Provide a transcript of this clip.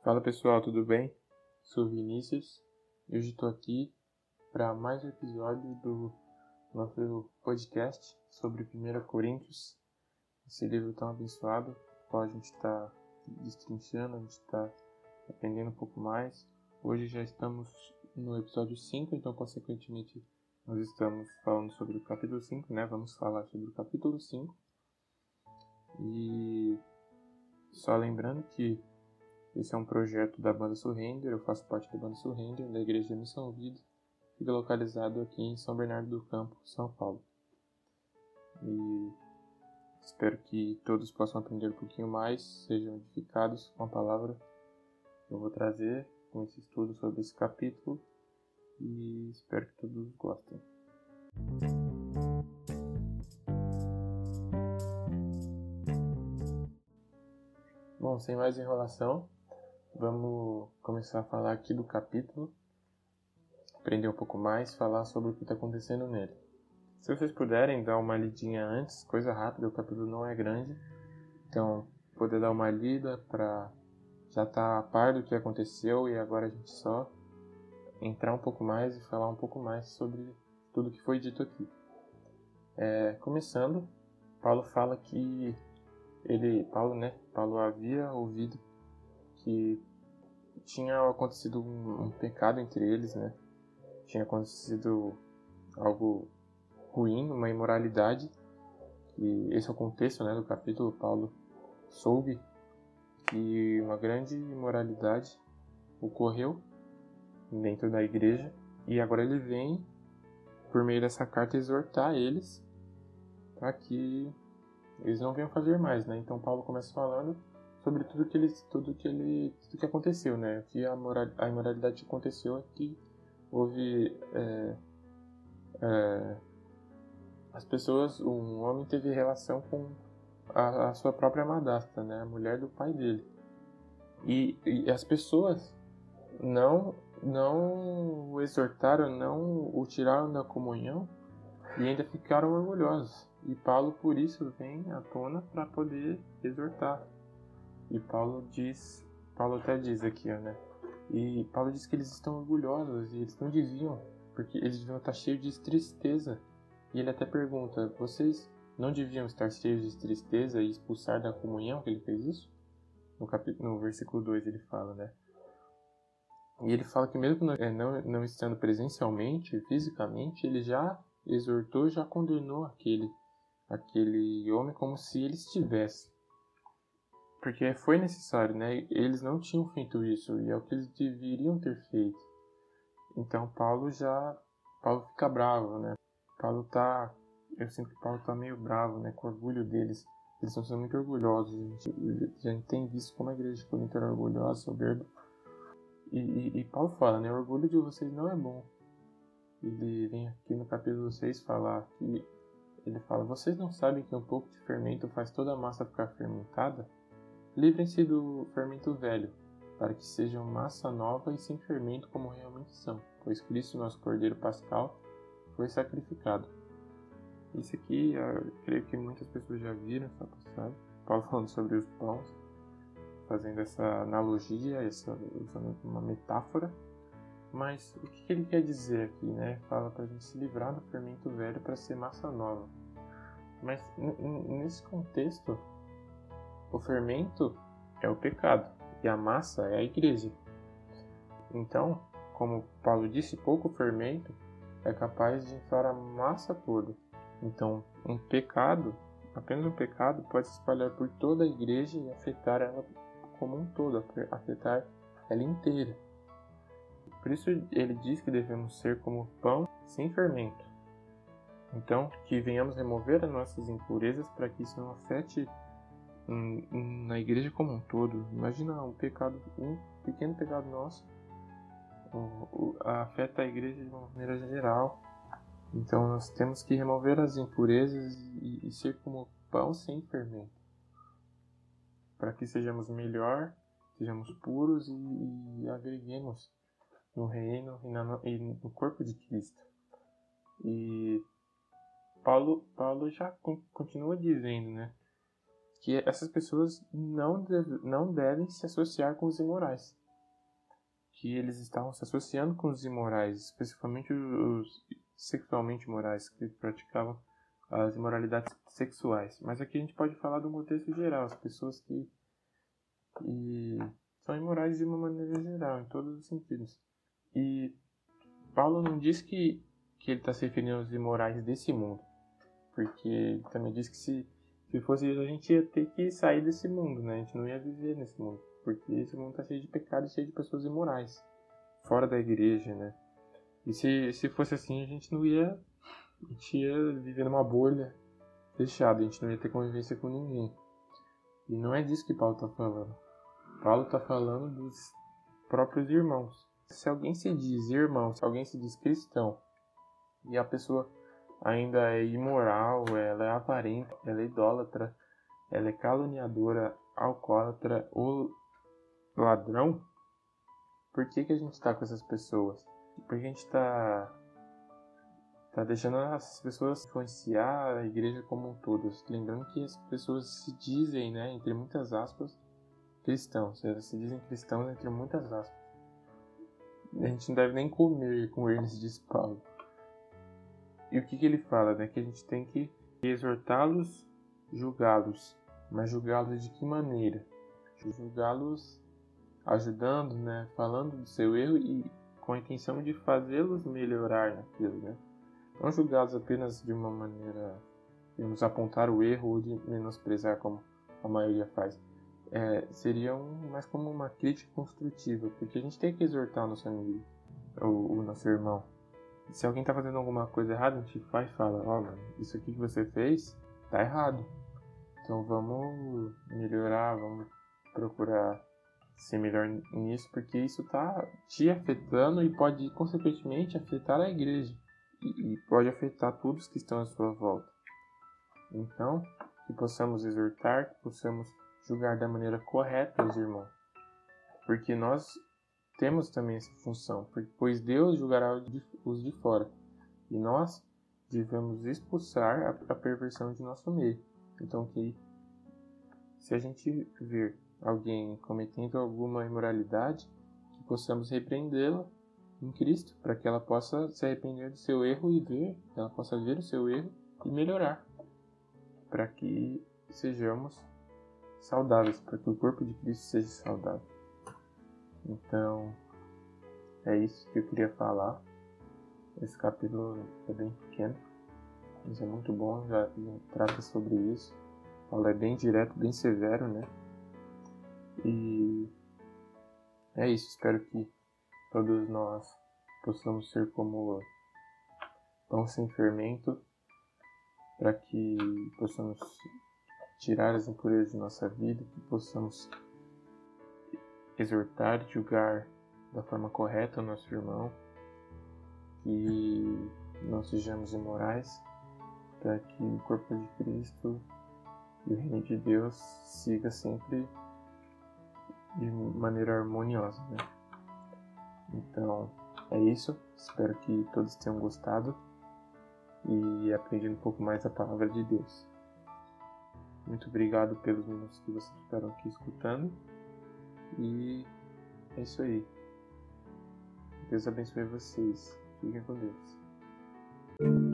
Fala pessoal, tudo bem? Sou Vinícius e hoje estou aqui para mais um episódio do nosso podcast sobre 1 Coríntios, esse livro tão abençoado, o qual a gente está destrinchando, a gente está aprendendo um pouco mais. Hoje já estamos no episódio 5, então consequentemente nós estamos falando sobre o capítulo 5, né? Vamos falar sobre o capítulo 5 e só lembrando que esse é um projeto da Banda Surrender, eu faço parte da Banda Surrender, da Igreja Missão Vida, fica localizado aqui em São Bernardo do Campo, São Paulo. E espero que todos possam aprender um pouquinho mais, sejam edificados com a palavra que eu vou trazer com esse estudo sobre esse capítulo e espero que todos gostem. Bom, sem mais enrolação, vamos começar a falar aqui do capítulo, aprender um pouco mais, falar sobre o que está acontecendo nele. Se vocês puderem dar uma lidinha antes, coisa rápida, o capítulo não é grande, então poder dar uma lida para já estar a par do que aconteceu e agora a gente só entrar um pouco mais e falar um pouco mais sobre tudo que foi dito aqui. Começando, Paulo fala que Paulo havia ouvido que tinha acontecido um pecado entre eles, né? Tinha acontecido algo ruim, uma imoralidade. E esse é o contexto, né, do capítulo. Paulo soube que uma grande imoralidade ocorreu dentro da igreja e agora ele vem, por meio dessa carta, exortar eles para que eles não venham fazer mais, né? Então Paulo começa falando sobre tudo que aconteceu, né? Que a imoralidade que aconteceu é que houve as pessoas, um homem teve relação com a sua própria madrasta, né? A mulher do pai dele. E as pessoas não o exortaram, não o tiraram da comunhão e ainda ficaram orgulhosos. E Paulo, por isso, vem à tona para poder exortar. E Paulo até diz aqui, né? E Paulo diz que eles estão orgulhosos e eles não deviam, porque eles deviam estar cheios de tristeza. E ele até pergunta, vocês não deviam estar cheios de tristeza e expulsar da comunhão que ele fez isso? No versículo 2 ele fala, né? E ele fala que mesmo não estando presencialmente, fisicamente, ele já exortou, já condenou aquele homem como se ele estivesse. Porque foi necessário, né? Eles não tinham feito isso e é o que eles deveriam ter feito. Então Paulo fica bravo, né? Eu sinto que Paulo tá meio bravo, né? Com o orgulho deles. Eles estão sendo muito orgulhosos. A gente tem visto como a igreja de Corinto era orgulhosa, soberba. E Paulo fala, né? O orgulho de vocês não é bom. Ele vem aqui no capítulo 6 falar que ele fala, vocês não sabem que um pouco de fermento faz toda a massa ficar fermentada? Livrem-se do fermento velho, para que sejam massa nova e sem fermento como realmente são, pois Cristo, nosso Cordeiro Pascal, foi sacrificado. Isso aqui, eu creio que muitas pessoas já viram essa passagem. Paulo falando sobre os pães, fazendo essa analogia, usando uma metáfora. Mas o que ele quer dizer aqui, né? Fala para a gente se livrar do fermento velho para ser massa nova. Mas nesse contexto, o fermento é o pecado e a massa é a igreja. Então, como Paulo disse, pouco fermento é capaz de inflar a massa toda. Então, apenas um pecado pode se espalhar por toda a igreja e afetar ela como um todo, afetar ela inteira. Por isso ele diz que devemos ser como pão sem fermento. Então, que venhamos remover as nossas impurezas para que isso não afete na igreja como um todo. Imagina um pequeno pecado nosso afeta a igreja de uma maneira geral. Então nós temos que remover as impurezas e ser como pão sem fermento, para que sejamos melhor, sejamos puros e agreguemos no reino e no corpo de Cristo. E Paulo já continua dizendo, né, que essas pessoas não devem se associar com os imorais. Que eles estavam se associando com os imorais, especificamente os sexualmente imorais, que praticavam as imoralidades sexuais. Mas aqui a gente pode falar do contexto geral, as pessoas que são imorais de uma maneira geral, em todos os sentidos. E Paulo não diz que ele está se referindo aos imorais desse mundo, porque ele também diz que se fosse isso, a gente ia ter que sair desse mundo, né? A gente não ia viver nesse mundo, porque esse mundo está cheio de pecado e cheio de pessoas imorais, fora da igreja, né? E se fosse assim, a gente ia viver numa bolha fechada, a gente não ia ter convivência com ninguém. E não é disso que Paulo está falando. Paulo está falando dos próprios irmãos. Se alguém se diz irmão, se alguém se diz cristão, e a pessoa ainda é imoral, ela é avarenta, ela é idólatra, ela é caluniadora, alcoólatra ou ladrão, por que a gente está com essas pessoas? Porque a gente está deixando as pessoas influenciar a igreja como um todo. Lembrando que as pessoas se dizem, né, entre muitas aspas, cristãos. Elas se dizem cristãos entre muitas aspas. A gente não deve nem comer com eles, diz Paulo. E o que ele fala, né? Que a gente tem que exortá-los, julgá-los. Mas julgá-los de que maneira? Julgá-los ajudando, né? Falando do seu erro e com a intenção de fazê-los melhorar naquilo, né? Não julgá-los apenas de uma maneira de nos apontar o erro ou de menosprezar como a maioria faz. Seria mais como uma crítica construtiva, porque a gente tem que exortar o nosso amigo, o nosso irmão. Se alguém está fazendo alguma coisa errada, a gente vai e fala, isso aqui que você fez tá errado. Então vamos melhorar, vamos procurar ser melhor nisso, porque isso tá te afetando e pode, consequentemente, afetar a igreja. E pode afetar todos que estão à sua volta. Então, que possamos exortar, que possamos julgar da maneira correta os irmãos. Porque nós temos também essa função, pois Deus julgará os de fora. E nós devemos expulsar a perversão de nosso meio. Então, que se a gente ver alguém cometendo alguma imoralidade, que possamos repreendê-la em Cristo, para que ela possa se arrepender do seu erro ela possa ver o seu erro e melhorar, para que sejamos saudáveis, para que o corpo de Cristo seja saudável. Então, é isso que eu queria falar. Esse capítulo é bem pequeno, mas é muito bom, já trata sobre isso. Paulo é bem direto, bem severo, né? E é isso, espero que todos nós possamos ser como pão sem fermento, para que possamos tirar as impurezas de nossa vida, que possamos exortar e julgar da forma correta o nosso irmão, que não sejamos imorais, para que o corpo de Cristo e o reino de Deus siga sempre de maneira harmoniosa, né? Então, é isso. Espero que todos tenham gostado e aprendido um pouco mais a palavra de Deus. Muito obrigado pelos minutos que vocês ficaram aqui escutando. E é isso aí. Deus abençoe vocês. Fiquem com Deus.